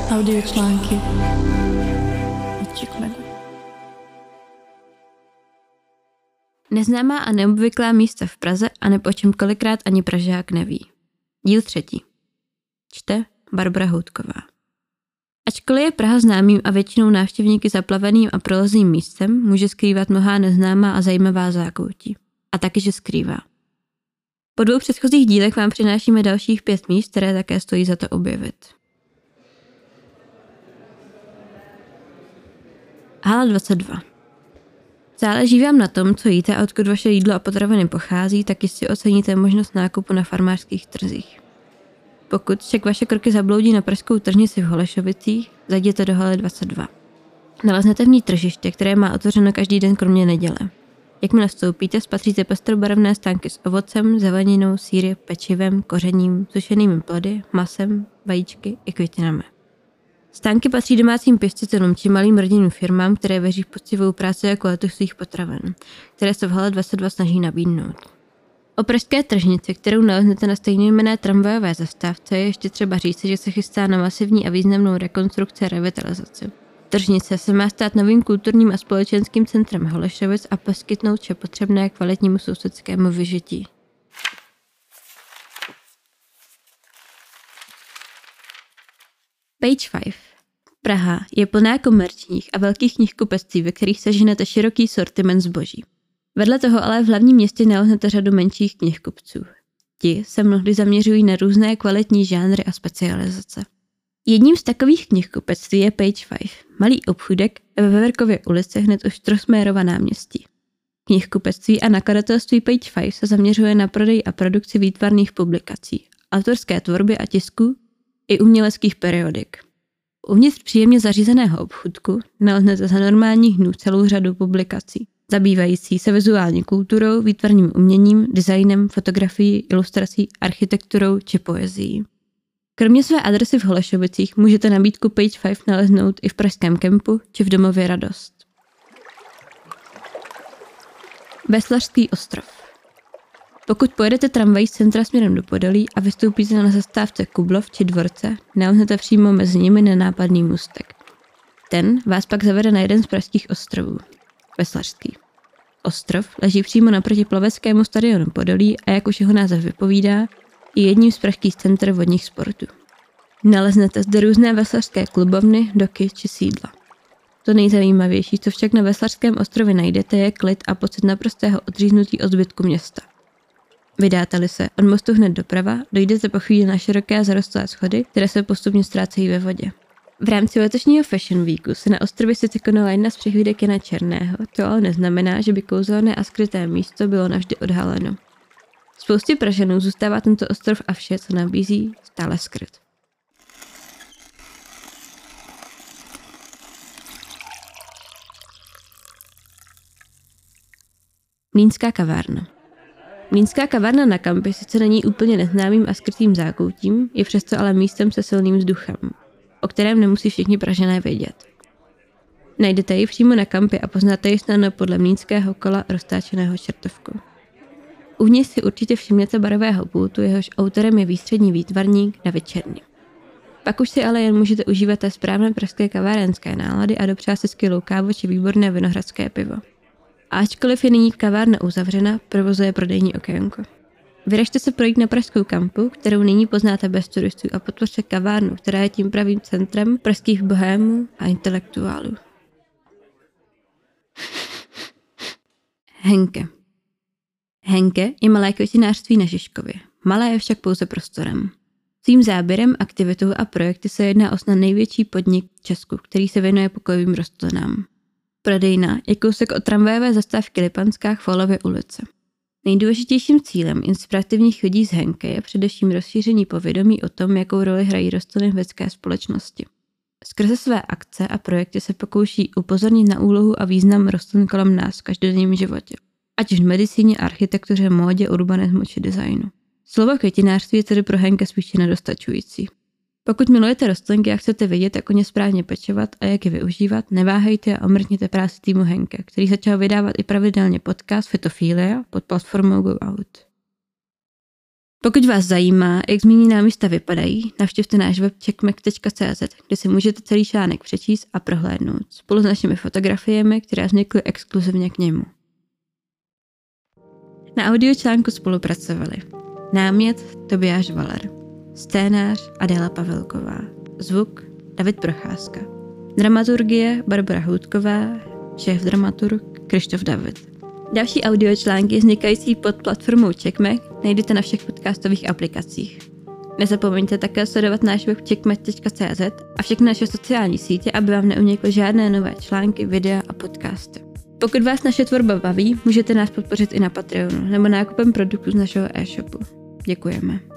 Audiočlánky od Chickmanu. Neznámá a neobvyklá místa v Praze a nebo o čem kolikrát ani Pražák neví. Díl 3. Čte Barbara Houtková. Ačkoliv je Praha známým a většinou návštěvníky zaplaveným a prolezlým místem, může skrývat mnohá neznámá a zajímavá zákoutí. A taky, že skrývá. Po 2 předchozích dílech vám přinášíme dalších 5 míst, které také stojí za to objevit. Hala 22. Záleží vám na tom, co jíte a odkud vaše jídlo a potraviny pochází, tak jistě oceníte možnost nákupu na farmářských trzích. Pokud však vaše kroky zabloudí na pražskou tržnici v Holešovicích, zajděte do haly 22. Naleznete v ní tržiště, které má otevřeno každý den kromě neděle. Jakmile vstoupíte, spatříte pestrobarevné stánky s ovocem, zeleninou, sýry, pečivem, kořením, sušenými plody, masem, vajíčky i květinami. Stánky patří domácím pěstitelům či malým rodinným firmám, které věří v poctivou práci a kvalitu svých potravin, které se v hale 22 snaží nabídnout. O pražské tržnici, kterou naleznete na stejnojmenné tramvajové zastávce, je ještě třeba říci, že se chystá na masivní a významnou rekonstrukci a revitalizaci. Tržnice se má stát novým kulturním a společenským centrem Holešovic a poskytnout vše potřebné kvalitnímu sousedskému vyžití. Page 5. Praha je plná komerčních a velkých knihkupectví, ve kterých seženete široký sortiment zboží. Vedle toho ale v hlavním městě naleznete řadu menších knihkupců. Ti se mnohdy zaměřují na různé kvalitní žánry a specializace. Jedním z takových knihkupectví je Page 5, malý obchůdek ve Veverkově ulici hned u Strossmayerova náměstí. Knihkupectví a nakladatelství Page 5 se zaměřuje na prodej a produkci výtvarných publikací, autorské tvorby a tisku i uměleckých periodik. Uvnitř příjemně zařízeného obchůdku naleznete za normálních dnů celou řadu publikací, zabývající se vizuální kulturou, výtvarným uměním, designem, fotografií, ilustrací, architekturou či poezií. Kromě své adresy v Holešovicích můžete nabídku Page 5 naleznout i v pražském kempu či v domově Radost. Veslařský ostrov. Pokud pojedete tramvají z centra směrem do Podolí a vystoupíte na zastávce Kublov či Dvorce, naleznete přímo mezi nimi nenápadný můstek. Ten vás pak zavede na jeden z pražských ostrovů. Veslařský. Ostrov leží přímo naproti plaveckému stadionu Podolí a jak už jeho název vypovídá, je jedním z pražských center vodních sportů. Naleznete zde různé veslařské klubovny, doky či sídla. To nejzajímavější, co však na Veslařském ostrově najdete, je klid a pocit naprostého odříznutí od zbytku města. Vydáte-li se od mostu hned doprava, dojdete po chvíli na široké zarostlé schody, které se postupně ztrácejí ve vodě. V rámci letošního Fashion Weeku se na ostrově sice konala jedna z přehlídek Jana Černého, to ale neznamená, že by kouzelné a skryté místo bylo navždy odhaleno. Spoustě Pražanů zůstává tento ostrov a vše, co nabízí, stále skryt. Mlýnská kavárna. Mlýnská kavárna na Kampi sice není úplně neznámým a skrytým zákoutím, je přesto ale místem se silným vzduchem, o kterém nemusí všichni Pražané vědět. Najdete ji přímo na Kampi a poznáte ji snadno podle mlýnského kola roztáčeného čertovkou. Uvnitř si určitě všimněte barového pultu, jehož autorem je výstřední výtvarník David Černý. Pak už si ale jen můžete užívat té správné pražské kavárenské nálady a dopřát si skvělou kávu či výborné vinohradské pivo. A ačkoliv je nyní kavárna uzavřena, provozuje prodejní okénko. Vyražte se projít na pražskou Kampu, kterou nyní poznáte bez turistů, a podpořte kavárnu, která je tím pravým centrem pražských bohémů a intelektuálů. Henke. Henke je malé květinářství na Žižkově. Malé je však pouze prostorem. Svým záběrem, aktivitou a projekty se jedná o snad největší podnik v Česku, který se věnuje pokojovým rostlinám. Prodejna je kousek od tramvajové zastávky Lipanská Chvalově ulice. Nejdůležitějším cílem inspirativních lidí z Henke je především rozšíření povědomí o tom, jakou roli hrají rostliny v lidské společnosti. Skrze své akce a projekty se pokouší upozornit na úlohu a význam rostlin kolem nás v každodenním životě, ať už v medicíně, architektuře, módě, urbanismu či designu. Slovo květinářství je tedy pro Henke spíše nedostačující. Pokud milujete rostlinky a chcete vědět, jak o ně správně pečovat a jak je využívat, neváhejte a omrkněte práci týmu Henke, který začal vydávat i pravidelně podcast Fitofilia pod platformou Go Out. Pokud vás zajímá, jak zmíněná místa vypadají, navštivte náš web checkmack.cz, kde si můžete celý článek přečíst a prohlédnout spolu s našimi fotografiemi, které vznikly exkluzivně k němu. Na audiočlánku spolupracovali námět Tobiáš Valer, scénář Adéla Pavelková, zvuk David Procházka, dramaturgie Barbara Houtková, šéf-dramaturg Krištof David. Další audiočlánky vznikající pod platformou Checkmack najdete na všech podcastových aplikacích. Nezapomeňte také sledovat náš web checkmack.cz a všechny naše sociální sítě, aby vám neunikly žádné nové články, videa a podcasty. Pokud vás naše tvorba baví, můžete nás podpořit i na Patreonu nebo nákupem produktů z našeho e-shopu. Děkujeme.